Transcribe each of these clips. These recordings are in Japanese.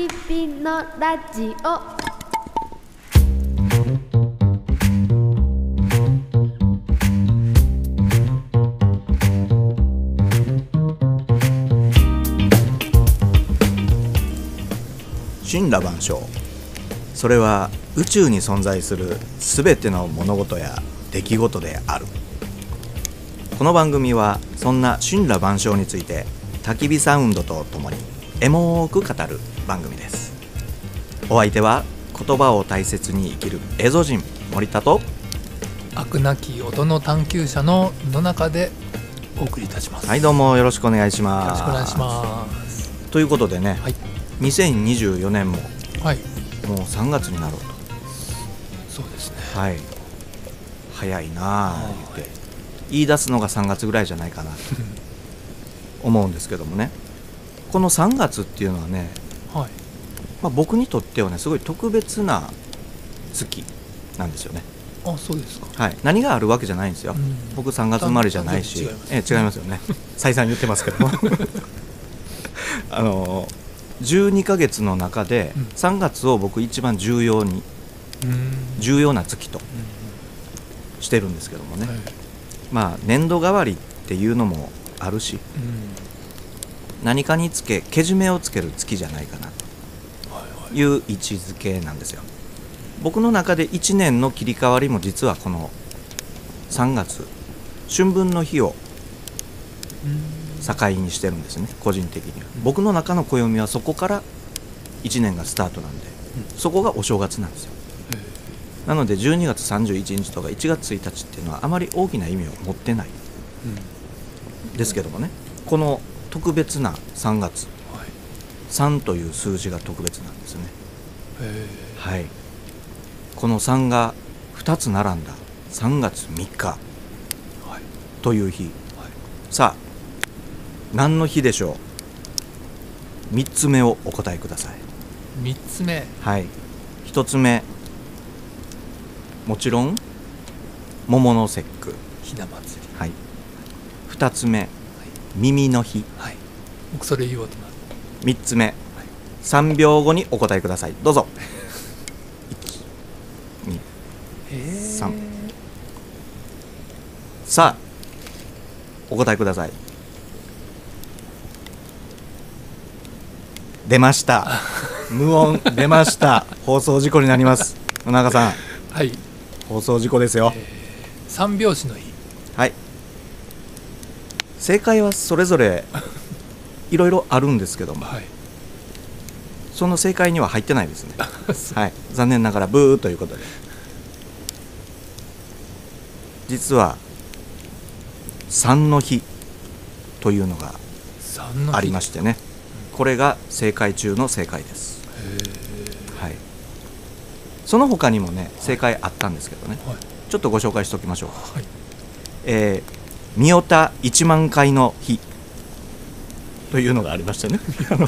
き火のラジオ。 神羅万象、それは宇宙に存在するすべての物事や出来事である。この番組はそんな神羅万象について焚き火サウンドとともにエモーく語る番組です。お相手は言葉を大切に生きるエゾ人森田と飽くなき音の探求者の野中でお送りいたします。 はい、どうもよろしくお願いします。 よろしくお願いします。 ということでね、 はい、 2024年もはい、 もう3月になろうと。 そうですね。 はい、早いなあ言って言い出すのが3月ぐらいじゃないかなと思うんですけどもね、この3月っていうのはね、 はい、 僕にとってはねすごい特別な月なんですよね。 あ、そうですか。 はい、何があるわけじゃないんですよ、僕3月生まれじゃないし、違いますよね再三言ってますけども12ヶ月の中で3月を僕一番重要な月としてるんですけどもね、年度代わりっていうのもあるし、何かにけじめをつける月じゃないかなという位置づけなんですよ。僕の中で1年の切り替わりも実はこの3月春分の日を境にしてるんですね。個人的には僕の中の暦はそこから1年がスタートなんで、そこがお正月なんですよ。なので12月31日とか1月1日っていうのはあまり大きな意味を持ってないですけどもね、この特別な3月、3という数字が特別なんですね。はい、この3が2つ並んだ3月3日という日、さあ何の日でしょう。3つ目をお答えください。 3つ目、 はい、1つ目もちろん桃の節句、 ひな祭り。 はい、2つ目、耳の日、 はい、僕それ言おうと思って。 3つ目、3秒後にお答えください。どうぞ。1、2、3。さあお答えください。出ました無音出ました放送事故になります。野中さん、 はい、 放送事故ですよ。 三拍子の日。 はい、正解はそれぞれいろいろあるんですけども、その正解には入ってないですねはい、残念ながらブーということで、実は3の日というのがありましてね、これが正解中の正解です。はい、その他にもね正解あったんですけどね、ちょっとご紹介しておきましょう。御代田1万回の日というのがありましてね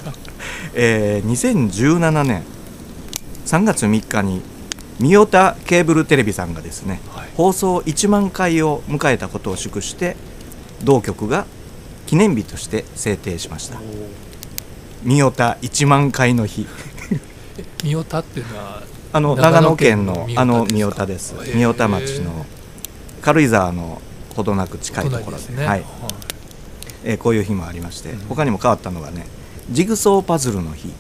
2017年3月3日に御代田ケーブルテレビさんがですね、放送1万回を迎えたことを祝して同局が記念日として制定しました。御代田1万回の日御代田っていうのは長野県の御代田です。御代田町の軽井沢のほどなく近いところで、はい、こういう日もありまして、他にも変わったのがね、ジグソーパズルの日。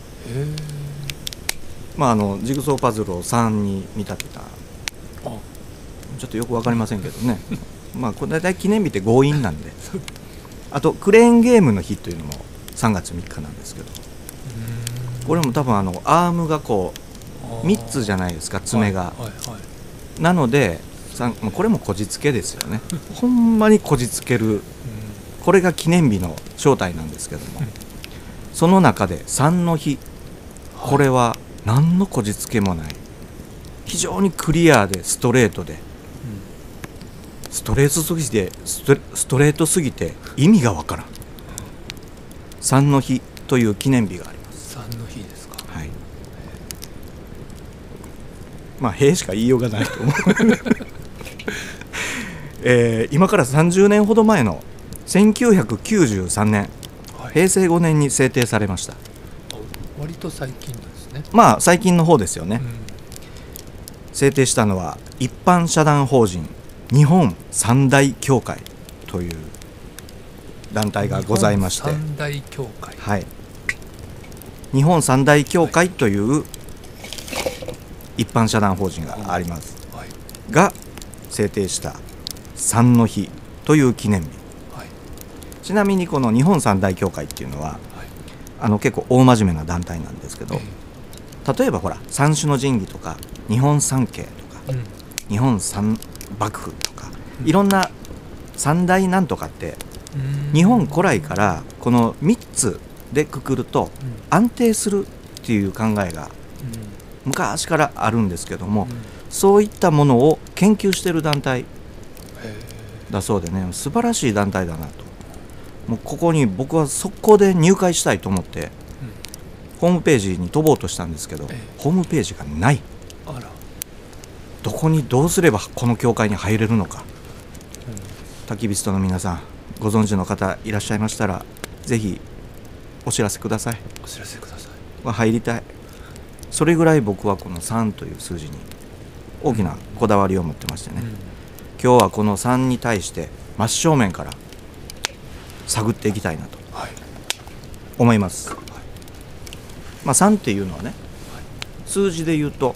ジグソーパズルを3に見立てた、ちょっとよく分かりませんけどねこれ大体記念日って強引なんであとクレーンゲームの日というのも3月3日なんですけど、これも多分アームがこう3つじゃないですか、爪が、なのでこれもこじつけですよねほんまにこじつける、これが記念日の正体なんですけども、その中で3の日、これは何のこじつけもない非常にクリアでストレートで、ストレートすぎて意味がわからん3の日という記念日があります。 3の日ですか。 はい、へしか言いようがないと思う今から30年ほど前の1993年、平成5年に制定されました。 割と最近なんですね。 まあ最近の方ですよね。制定したのは一般社団法人日本三大協会という団体がございまして、 日本三大協会、 はい、日本三大協会という一般社団法人があります、 はい、 が制定した三の日という記念日、 はい、 ちなみにこの日本三大協会っていうのは、はい、結構大真面目な団体なんですけど、例えばほら三種の神器とか日本三景とか、うん、日本三幕府とか、うん、いろんな三大なんとかって日本古来からこの3つでくくると安定するっていう考えが昔からあるんですけども、そういったものを研究している団体だそうでね、素晴らしい団体だなと。もうここに僕は速攻で入会したいと思ってホームページに飛ぼうとしたんですけど、ホームページがない。 あら、 どこにどうすればこの教会に入れるのか、焚き火ストの皆さんご存知の方いらっしゃいましたらぜひお知らせください。 お知らせください。 は入りたい。それぐらい僕はこの3という数字に大きなこだわりを持ってましてね、今日はこの3に対して真正面から探っていきたいなと思います、まあ、3っていうのはね、数字で言うと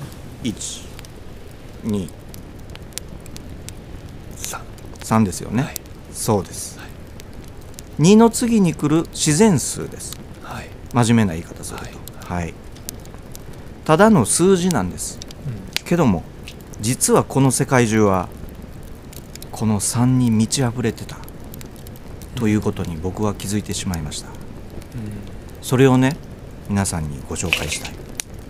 1、2、3ですよね、はい、そうです、はい、2の次に来る自然数です、はい、真面目な言い方すると、はいはい、ただの数字なんです、けども実はこの世界中はこの3に満ち溢れてたということに僕は気づいてしまいました、それをね皆さんにご紹介したい、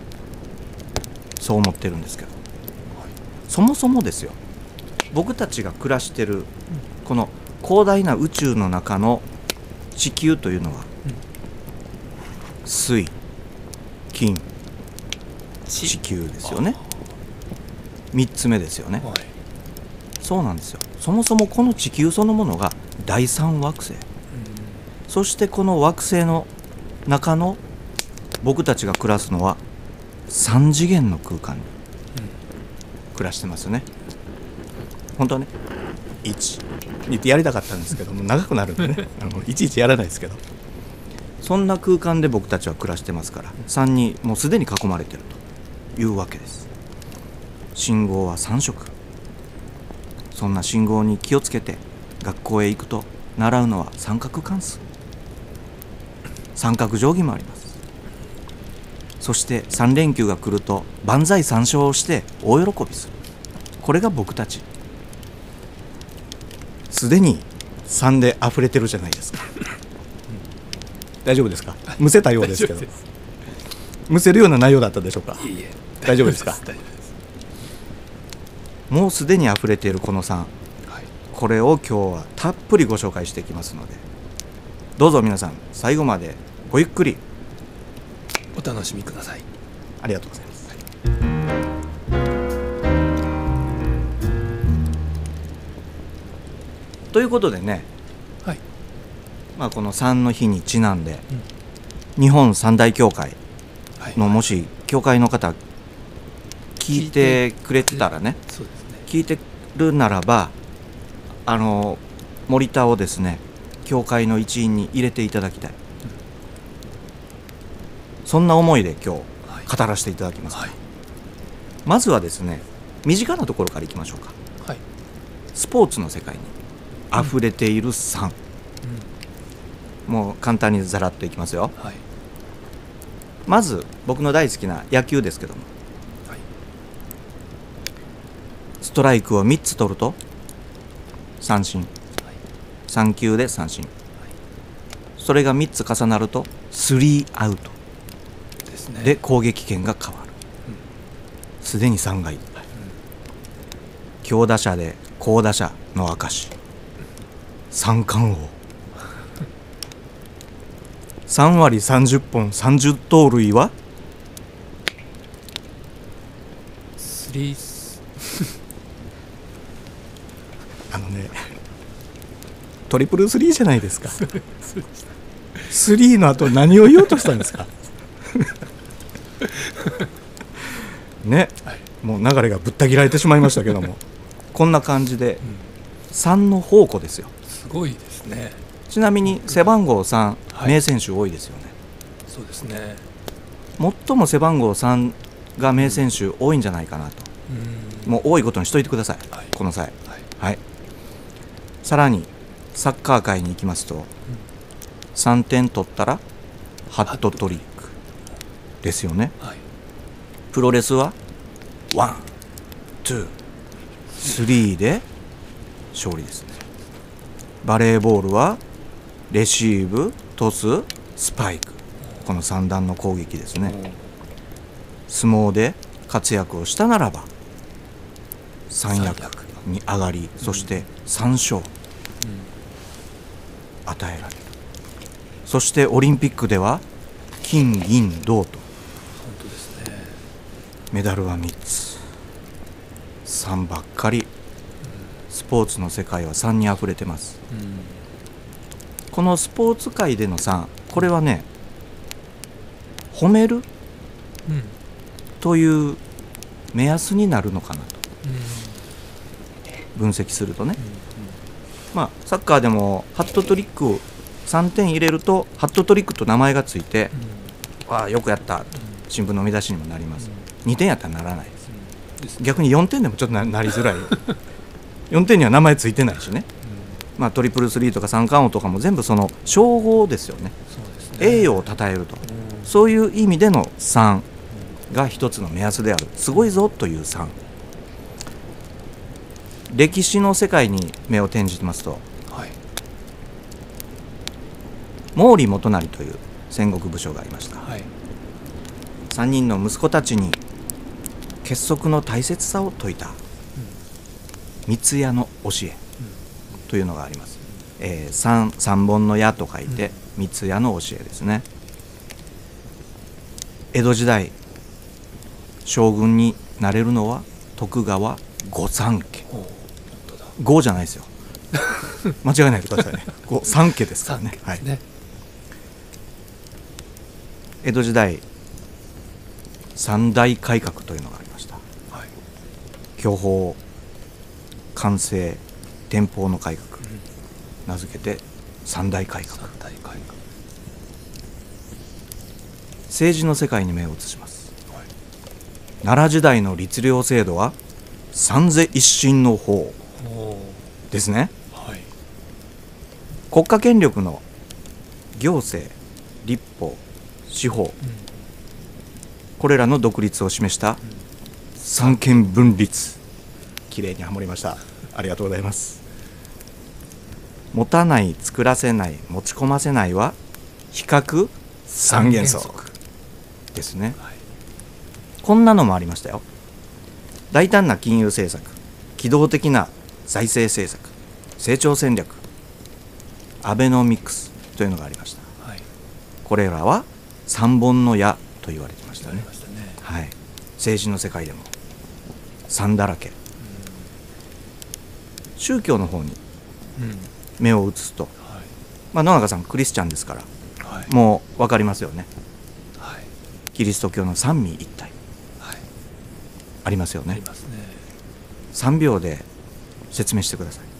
そう思ってるんですけど、そもそもですよ、僕たちが暮らしてるこの広大な宇宙の中の地球というのは、水、金、地球ですよね。3つ目ですよね、そうなんですよ。そもそもこの地球そのものが第3惑星、そしてこの惑星の中の僕たちが暮らすのは3次元の空間に暮らしてますね。本当はね1やりたかったんですけども長くなるんでねいちいちやらないですけど、そんな空間で僕たちは暮らしてますから、3にもうすでに囲まれてるというわけです。信号は3色、そんな信号に気をつけて学校へ行くと習うのは三角関数、三角定規もあります。そして3連休が来ると万歳三唱をして大喜びする。これが僕たち、すでに3で溢れてるじゃないですか大丈夫ですか？むせたようですけどむせるような内容だったでしょうか？ いいえ、 大丈夫ですか？もうすでに溢れているこの3、はい、これを今日はたっぷりご紹介していきますので、どうぞ皆さん最後までごゆっくりお楽しみください。 ありがとうございます、はい、ということでね、はい、まあ、この3の日にちなんで、日本三大協会のもし協会の方聞いてくれてたらね、そうですね、聞いてるならば森田をですね協会の一員に入れていただきたい、そんな思いで今日語らせていただきます、はい、まずはですね身近なところからいきましょうか、はい、スポーツの世界にあふれている3、もう簡単にざらっといきますよ、はい、まず僕の大好きな野球ですけども、はい、ストライクを3つ取ると三振、はい、3球で三振、はい、それが3つ重なると3アウトですね、で攻撃権が変わる、すでに3がいっぱい、強打者で好打者の証、三冠王3割30本30盗塁はトリプルスリーじゃないですかスリーの後何を言おうとしたんですかね、 はい、 もう流れがぶった切られてしまいましたけどもこんな感じで3の宝庫ですよ。 すごいですね。 ちなみに背番号3、 はい、 名選手多いですよね。 そうですね。 最も背番号3が名選手多いんじゃないかなと、もう多いことにしといてください、 はい、 この際、 はいはい、さらにサッカー界に行きますと、3点取ったらハットトリックですよね、 はい、 プロレスはワン、ツー、スリーで勝利ですね。バレーボールはレシーブ、トス、スパイク、この3段の攻撃ですね。相撲で活躍をしたならば三役に上がり、そして3勝与えられる。そしてオリンピックでは金銀銅と本当ですね。 メダルは3つ、3ばっかり。スポーツの世界は3にあふれてます。このスポーツ界での3、これはね、褒めるという目安になるのかなと分析するとね、まあサッカーでもハットトリックを3点入れるとハットトリックと名前がついて、ああよくやったと新聞の見出しにもなります。2点やったらならないです。逆に4点でもちょっと なりづらい4点には名前ついてないしね、まあ、トリプルスリーとか三冠王とかも全部その称号ですよね。 そうですね。 栄誉を称えると、そういう意味での3が一つの目安である。すごいぞという3。歴史の世界に目を転じますと、 はい、 毛利元就という戦国武将がいました、 はい、 3人の息子たちに結束の大切さを説いた三ツ矢の教えというのがあります。三本の矢と書いて三ツ矢の教えですね。江戸時代将軍になれるのは徳川御三家。5じゃないですよ間違えないでくださいね。3家ですからね。はい、江戸時代三大改革というのがありました、はい、享保、寛政、天保の改革、名付けて三大改革。政治の世界に目を移します、はい、奈良時代の律令制度は三世一審の法ですね、はい、国家権力の行政、立法、司法、これらの独立を示した三権分立。きれいにハモりました。ありがとうございます。持たない、作らせない、持ち込ませないは比較三原則ですね、はい、こんなのもありましたよ。大胆な金融政策、機動的な財政政策、成長戦略、アベノミクスというのがありました、はい、これらは三本の矢と言われてましたね。はい、政治の世界でも3だらけ、宗教の方に目を移すと、まあ、野中さんクリスチャンですから、はい、もう分かりますよね、はい、キリスト教の三位一体、はい、ありますよね。ありますね。3秒で説明してください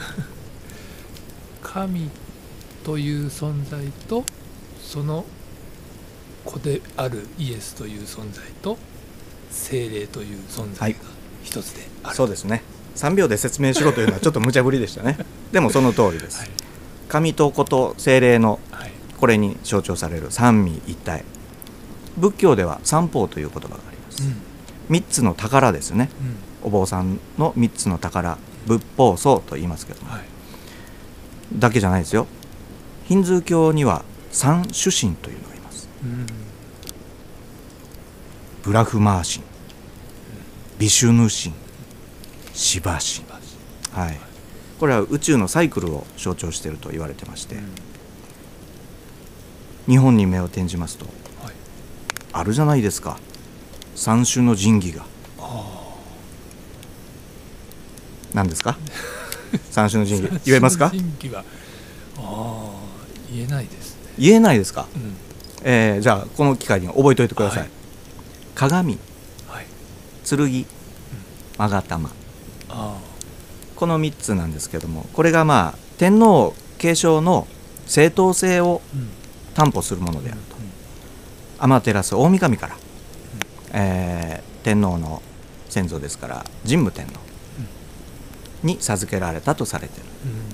神という存在とその子であるイエスという存在と聖霊という存在が一つである、はい、 そうですね。3秒で説明しろというのはちょっと無茶ぶりでしたねでもその通りです、はい、神と子と聖霊のこれに象徴される三位一体。仏教では三宝という言葉があります、3つの宝ですね、お坊さんの3つの宝、仏宝僧と言いますけども、はい、だけじゃないですよ。ヒンズー教には三主神というのがいます、ブラフマー神、ビシュヌ神、シバ神、はい、これは宇宙のサイクルを象徴していると言われてまして、日本に目を転じますと、はい、あるじゃないですか、三種の神器が。何ですか三種の神器言えますか？ 神器が言えないですね。 言えないですか？ じゃあこの機会に覚えておいてください、 はい、 鏡、 はい、 剣、勾玉、 あこの3つなんですけども、これがまあ天皇継承の正当性をー、うん担保するものであると、 うん天照大神から、天皇の先祖ですから神武天皇に授けられたとされている。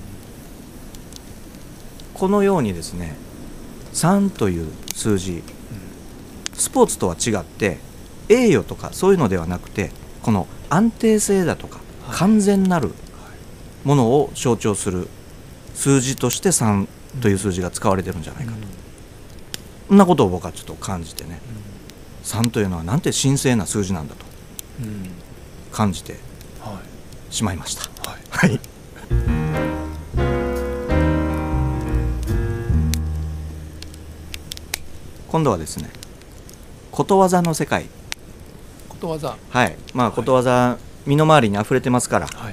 このようにですね、3という数字、スポーツとは違って栄誉とかそういうのではなくて、この安定性だとか完全なるものを象徴する数字として3という数字が使われてるんじゃないかと、そんなことを僕はちょっと感じてね、3というのはなんて神聖な数字なんだと感じてしまいました。はい、今度はですね、ことわざの世界。 ことわざ、 はい、まあことわざ、身の回りにあふれてますから、 はい、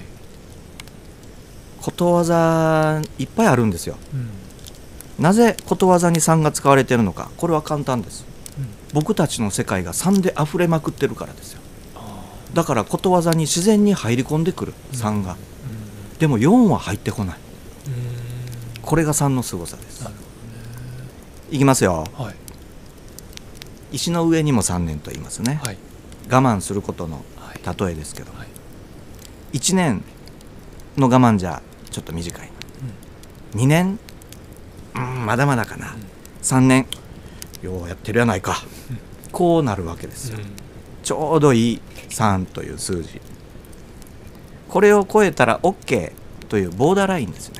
ことわざいっぱいあるんですよ。 うんなぜことわざに3が使われているのか、これは簡単です、 うん、 僕たちの世界が3であふれまくってるからですよ。 あだからことわざに自然に入り込んでくる3が、でも4は入ってこない。これが3の凄さです。 なるほいきますよ。 どね、はい、 石の上にも3年と言いますね、 はい、 我慢することのはい、 例えですけど、 はい、 1年の我慢じゃちょっと短い、2年まだまだかな、3年ようやってるやないか、こうなるわけですよ、ちょうどいい3という数字、これを超えたら OK というボーダーラインですよね、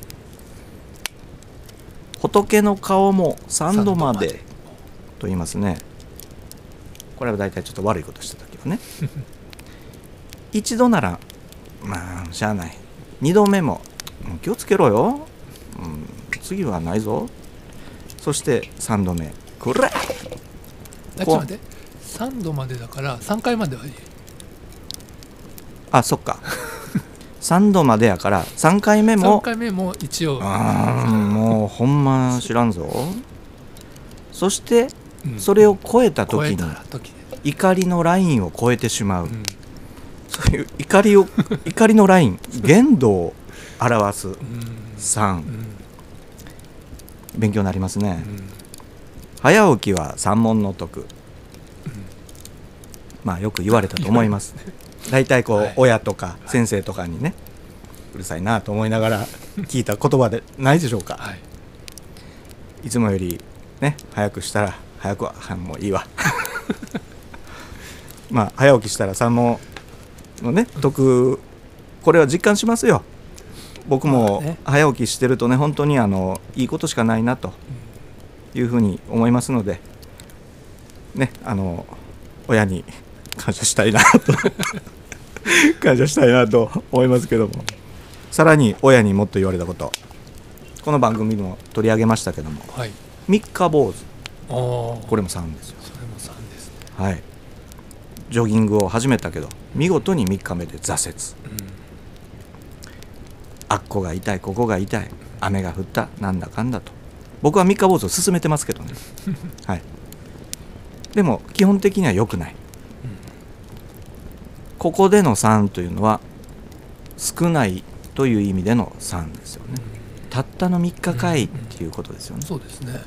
仏の顔も3度までと言いますね。これは大体ちょっと悪いことした時はね一度ならまあしゃあない、2度目も気をつけろよ、次はないぞ、そして3度目これちょっと待って、3度までだから3回まではいい。 あ、そっか3度までやから3回目も 3回目も一応もうほんま知らんぞ。そしてうんそれを超えた超え時にた時怒りのラインを超えてしまう、そういう怒りのライン、限度を表す3、勉強になりますね、早起きは三問の徳、まあよく言われたと思います大体こう、 はい、 親とか先生とかにね、うるさいなと思いながら聞いた言葉でないでしょうか、はい、いつもよりね早くしたら早くはもういいわまあ早起きしたら三問のね徳、これは実感しますよ。僕も早起きしてるとね、本当にいいことしかないなというふうに思いますのでね、親に感謝したいなと感謝したいなと思いますけども、さらに親にもっと言われたこと、この番組でも取り上げましたけども、はい、三日坊主、これも3ですよ。 それも3ですね。 はい、ジョギングを始めたけど見事に3日目で挫折、あっこが痛いここが痛い、雨が降ったなんだかんだと僕は三日坊主を勧めてますけどねはい、でも基本的には良くない、ここでの3というのは少ないという意味での3ですよね、たったの3日かいっていうことですよね、 そうですね。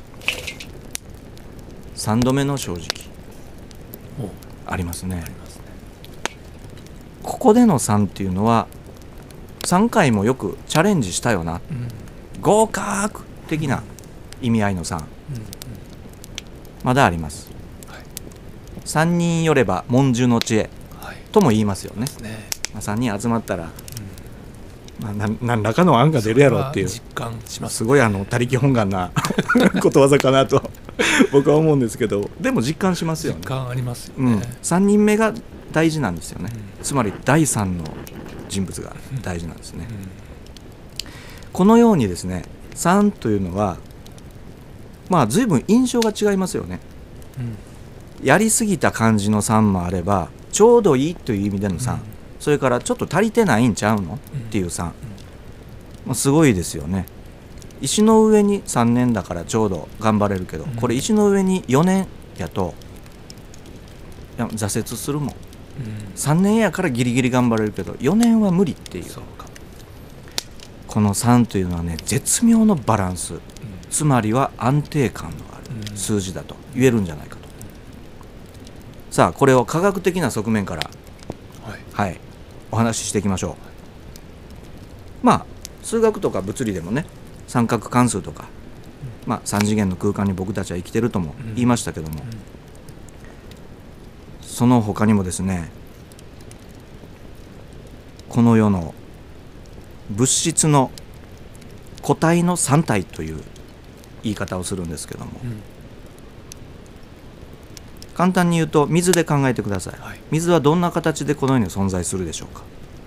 3度目の正直ありますね。ここでの3っていうのは3回もよくチャレンジしたよな、合格的な意味合いの3、まだあります、3人よれば文殊の知恵とも言いますよね、3人集まったら、何らかの案が出るやろっていう、 実感します、 すごい他力本願なことわざかなと僕は思うんですけど、でも実感しますよね。 実感ありますよね、 3人目が大事なんですよね、つまり第3の人物が大事なんですね、このようにですね、3というのはまあ随分印象が違いますよね、やりすぎた感じの3もあれば、ちょうどいいという意味での3、それからちょっと足りてないんちゃうのっていう3、すごいですよね。 石の上に3年だからちょうど頑張れるけど、これ石の上に4年やと挫折するもん。3年やからギリギリ頑張れるけど4年は無理っていう。 そうか。 この3というのはね、絶妙のバランス、つまりは安定感のある数字だと言えるんじゃないかと。さあこれを科学的な側面から、はい、お話ししていきましょう。まあ数学とか物理でもね、三角関数とか、まあ、3次元の空間に僕たちは生きてるとも言いましたけども、その他にもですね、この世の物質の固体の3体という言い方をするんですけども、簡単に言うと水で考えてください。水はどんな形でこの世に存在するでしょうか。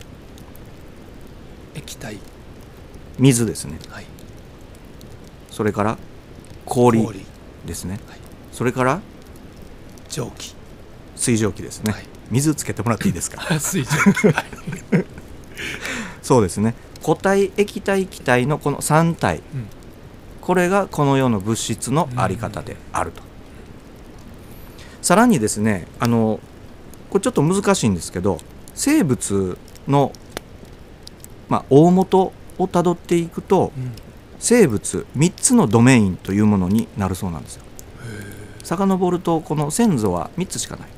液体、 水ですね、それから氷ですね、それから蒸気、 水蒸気ですね、水つけてもらっていいですか。 水蒸気、 そうですね、固体、液体、気体のこの3体、これがこの世の物質のあり方であると。さらにですね、これちょっと難しいんですけど、生物の、大元をたどっていくと、生物3つのドメインというものになるそうなんですよ。遡るとこの先祖は3つしかないと。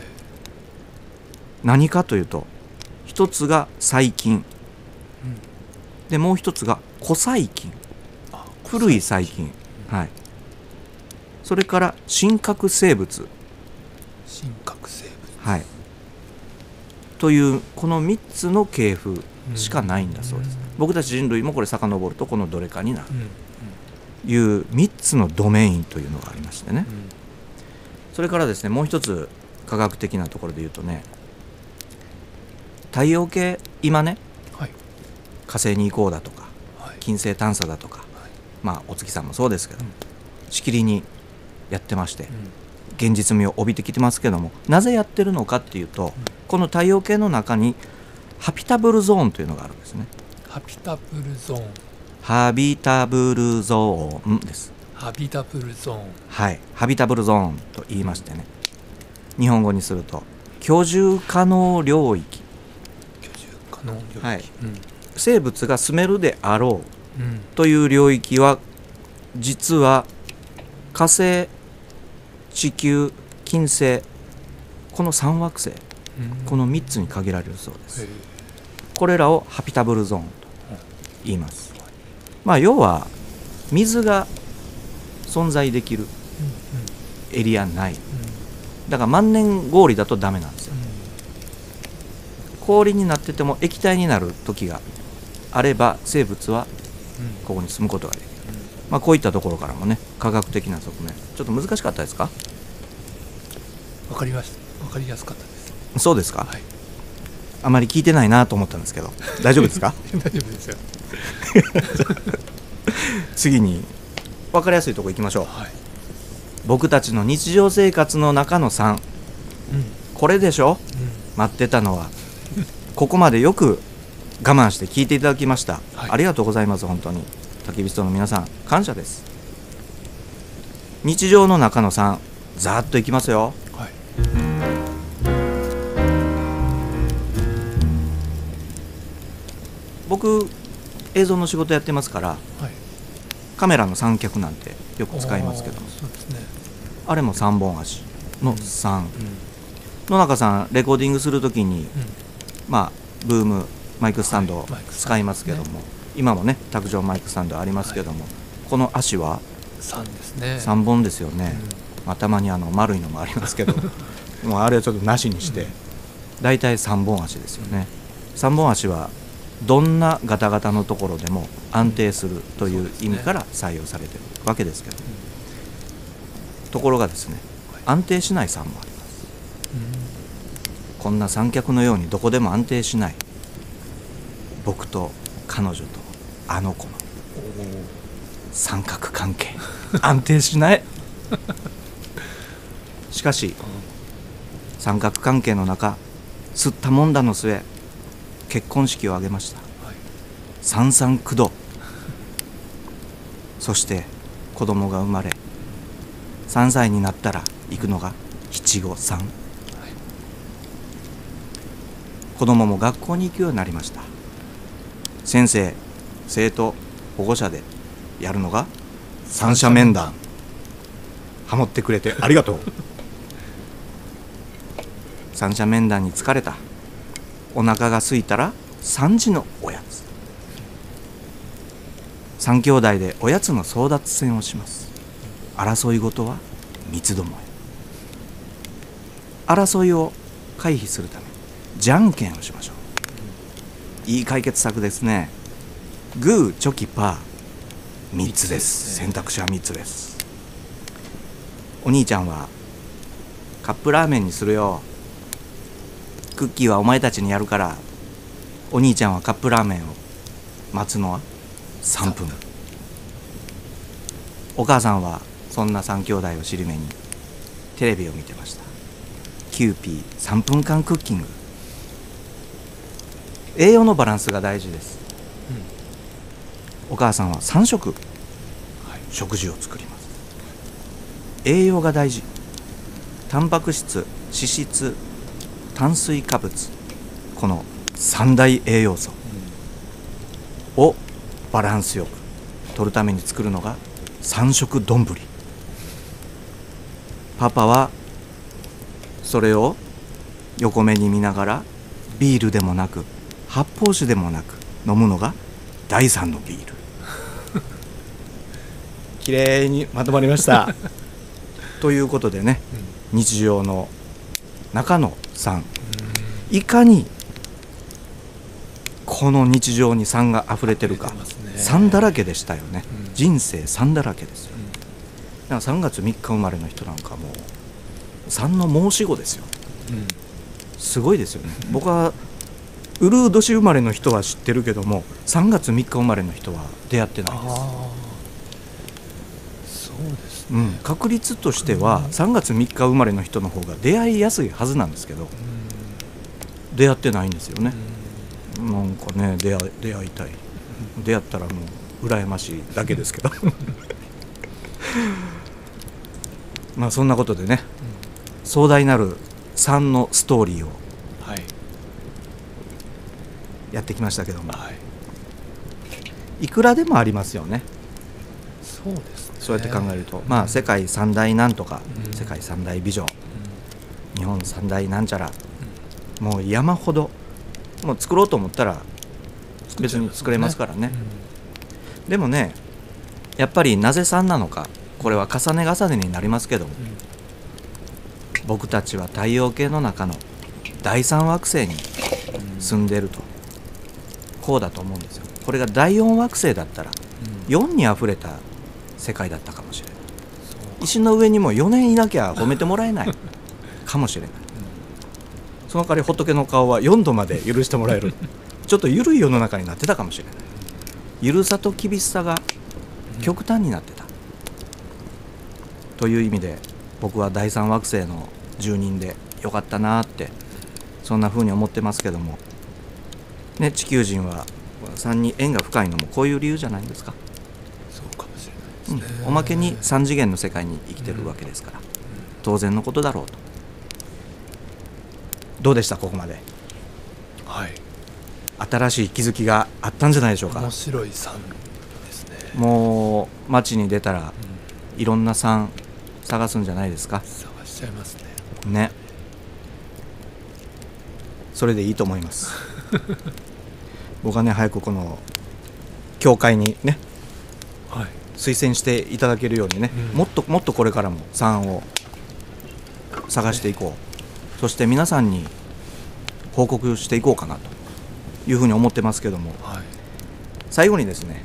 何かというと、一つが細菌、でもう一つが古細菌、古い細菌、それから真核生物、というこの3つの系譜しかないんだそうです。僕たち人類もこれ遡るとこのどれかになるという3つのドメインというのがありましてね、それからですね、もう一つ科学的なところで言うとね、太陽系、今ね、火星に行こうだとか、金星探査だとか、お月さんもそうですけど、しきりにやってまして、現実味を帯びてきてますけども、なぜやってるのかっていうと、この太陽系の中にハビタブルゾーンというのがあるんですね。 ハビタブルゾーン、 ハビタブルゾーンです。 ハビタブルゾーン、 ハビタブルゾーンと言いましてね、日本語にすると居住可能領域、生物が住めるであろうという領域は、実は火星、地球、金星、この3惑星、この3つに限られるそうです。これらをハビタブルゾーンと言います。要は水が存在できるエリアない。だから万年氷だとダメなんですよ。氷になってても液体になる時があれば、生物はここに住むことができる。こういったところからもね、科学的な側面、ちょっと難しかったですか？ わかりました。わかりやすかったです。 そうですか。あまり聞いてないなと思ったんですけど、大丈夫ですか？ 大丈夫ですよ。 次に分かりやすいところ行きましょう。僕たちの日常生活の中の3、これでしょ、待ってたのは。ここまでよく我慢して聞いていただきました、ありがとうございます。本当に焚き火ストの皆さん、感謝です。日常の中の3、ざーっといきますよ。僕映像の仕事やってますから、カメラの三脚なんてよく使いますけども、あれも3本足の3、野中さんレコーディングするときに、ブームマイクスタンドを使いますけども、今もね卓上マイクスタンドありますけども、この足は 3ですね。 3本ですよね。たまに丸いのもありますけどもうあれはちょっとなしにして、だいたい3本足ですよね。3本足はどんなガタガタのところでも安定するという意味から採用されているわけですけど、ところがですね、安定しない3もあります。こんな三脚のようにどこでも安定しない、僕と彼女とあの子の三角関係、安定しない。しかし三角関係の中、吸ったもんだの末、結婚式を挙げました。三々九度、 そして子供が生まれ3歳になったら行くのが七五三、子供も学校に行くようになりました。先生生徒保護者でやるのが三者面談。ハモってくれてありがとう。三者面談に疲れた、お腹が空いたら3時のおやつ。3兄弟でおやつの争奪戦をします。争い事は三つどもえ。争いを回避するためじゃんけんをしましょう。いい解決策ですね。グーチョキパー3つです。選択肢は3つです。お兄ちゃんはカップラーメンにするよ、クッキーはお前たちにやるから。お兄ちゃんはカップラーメンを待つのは3分。お母さんはそんな3兄弟を尻目にテレビを見てました。キューピー3分間クッキング。栄養のバランスが大事です。お母さんは3食食事を作ります。栄養が大事。タンパク質、脂質、炭水化物、この3大栄養素をバランスよく取るために作るのが3食丼。パパはそれを横目に見ながらビールでもなく発泡酒でもなく飲むのが第3のビール。きれいにまとまりました。ということでね、日常の中の3、いかにこの日常に3があふれてるか。3だらけでしたよね。人生3だらけですよ。だから3月3日生まれの人なんかもう3の申し子ですよ。すごいですよね。僕はウルー年生まれの人は知ってるけども3月3日生まれの人は出会ってないです。 そうですね。 確率としては3月3日生まれの人の方が出会いやすいはずなんですけど、出会ってないんですよね。なんかね、出会いたい。出会ったらもう羨ましいだけですけど。まあそんなことでね、壮大なる3のストーリーをやってきましたけども、いくらでもありますよね。 そうですね。 そうやって考えると、まあ世界三大なんとか、世界三大美女、日本三大なんちゃら、もう山ほど、もう作ろうと思ったら別に作れますからね。でもね、やっぱりなぜ3なのか、これは重ね重ねになりますけども、僕たちは太陽系の中の第3惑星に住んでると、こうだと思うんですよ。これが第4惑星だったら4にあふれた世界だったかもしれない。石の上にも4年いなきゃ褒めてもらえないかもしれない。その代わり仏の顔は4度まで許してもらえるちょっと緩い世の中になってたかもしれない。緩さと厳しさが極端になってた、という意味で僕は第3惑星の住人でよかったなって、そんな風に思ってますけどもね。地球人は3に縁が深いのもこういう理由じゃないんですか。 そうかもしれないですね。 おまけに3次元の世界に生きてるわけですから、当然のことだろうと。どうでしたここまで。新しい気づきがあったんじゃないでしょうか。 面白い3ですね。 もう街に出たら、いろんな3探すんじゃないですか。 探しちゃいますね。 ね。それでいいと思います僕はね、早くこの教会にね、推薦していただけるようにね、もっともっとこれからも3を探していこう、そして皆さんに報告していこうかなというふうに思ってますけども、最後にですね、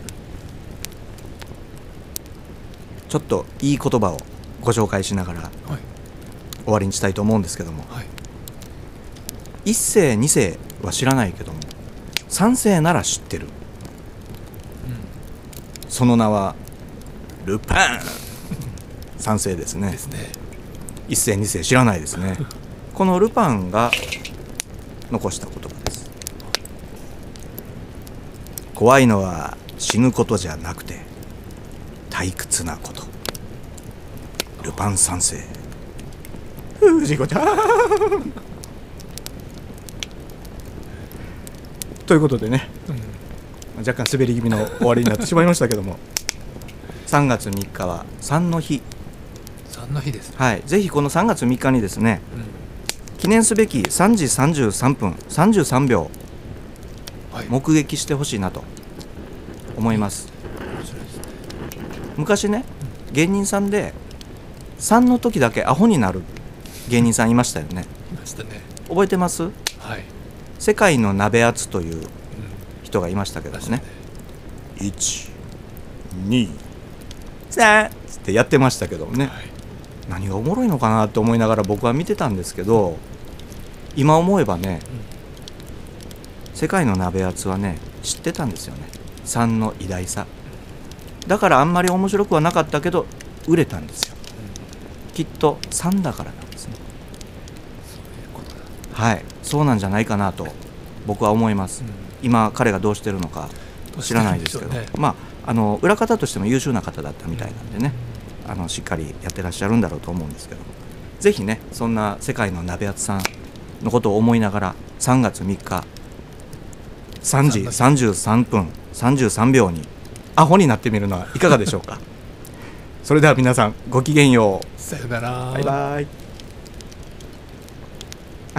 ちょっといい言葉をご紹介しながら終わりにしたいと思うんですけども、1世2世は知らないけども3世なら知ってる、その名はルパン3世ですね。1世2世知らないですね。このルパンが残した言葉です。怖いのは死ぬことじゃなくて退屈なこと、ルパン三世、藤子ちゃんということでね、若干滑り気味の終わりになってしまいましたけども3月3日は三の日。 3の日ですね。 はい、ぜひこの3月3日にですね、記念すべき3時33分33秒、 はい、 目撃してほしいなと思います。昔ね、芸人さんで3の時だけアホになる芸人さんいましたよね。 いましたね。 覚えてます？ はい。 世界の鍋圧という人がいましたけどね、1、2、3ってやってましたけどね、はい、何がおもろいのかなって思いながら僕は見てたんですけど、今思えばね、世界の鍋圧はね知ってたんですよね、3の偉大さだから。あんまり面白くはなかったけど売れたんですよ、きっと3だからなんですね。はい、そうなんじゃないかなと僕は思います、今彼がどうしてるのか知らないですけど、まあ裏方としても優秀な方だったみたいなんでね、しっかりやってらっしゃるんだろうと思うんですけど、ぜひねそんな世界の鍋圧さんのことを思いながら3月3日3時33分33秒にアホになってみるのはいかがでしょうかそれでは皆さんごきげんよう。 さよなら。 バイバイ。はい。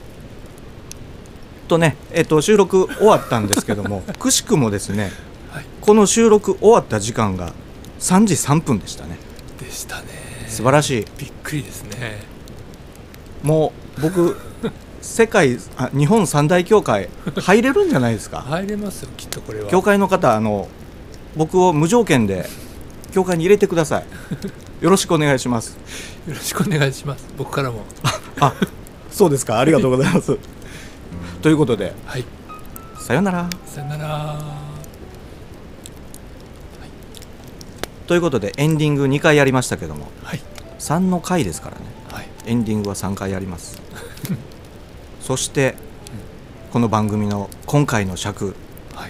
ね、収録終わったんですけどもくしくもですね、はい、この収録終わった時間が3時3分でしたね。 でしたね。 素晴らしい。 びっくりですね。 もう僕日本三大協会入れるんじゃないですか。 入れますよきっと。これは協会の方僕を無条件で協会に入れてくださいよろしくお願いします。 よろしくお願いします。僕からもあ、そうですか。ありがとうございますということで、 はい、 さよなら。 さよなら。 ということでエンディング2回やりましたけども、 はい、 3の回ですからね、はい、エンディングは3回やりますそして、この番組の今回の尺、はい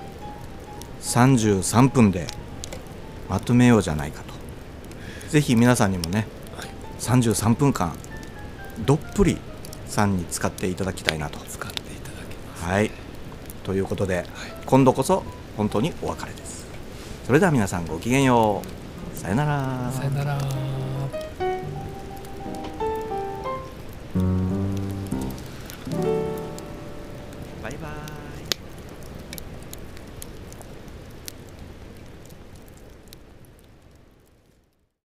、33分でまとめようじゃないかと。ぜひ皆さんにもね、はい、33分間どっぷり3に使っていただきたいなと。 使っていただきます、 はい、ということで、はい、今度こそ本当にお別れです。それでは皆さんごきげんよう。さよなら。 さよなら。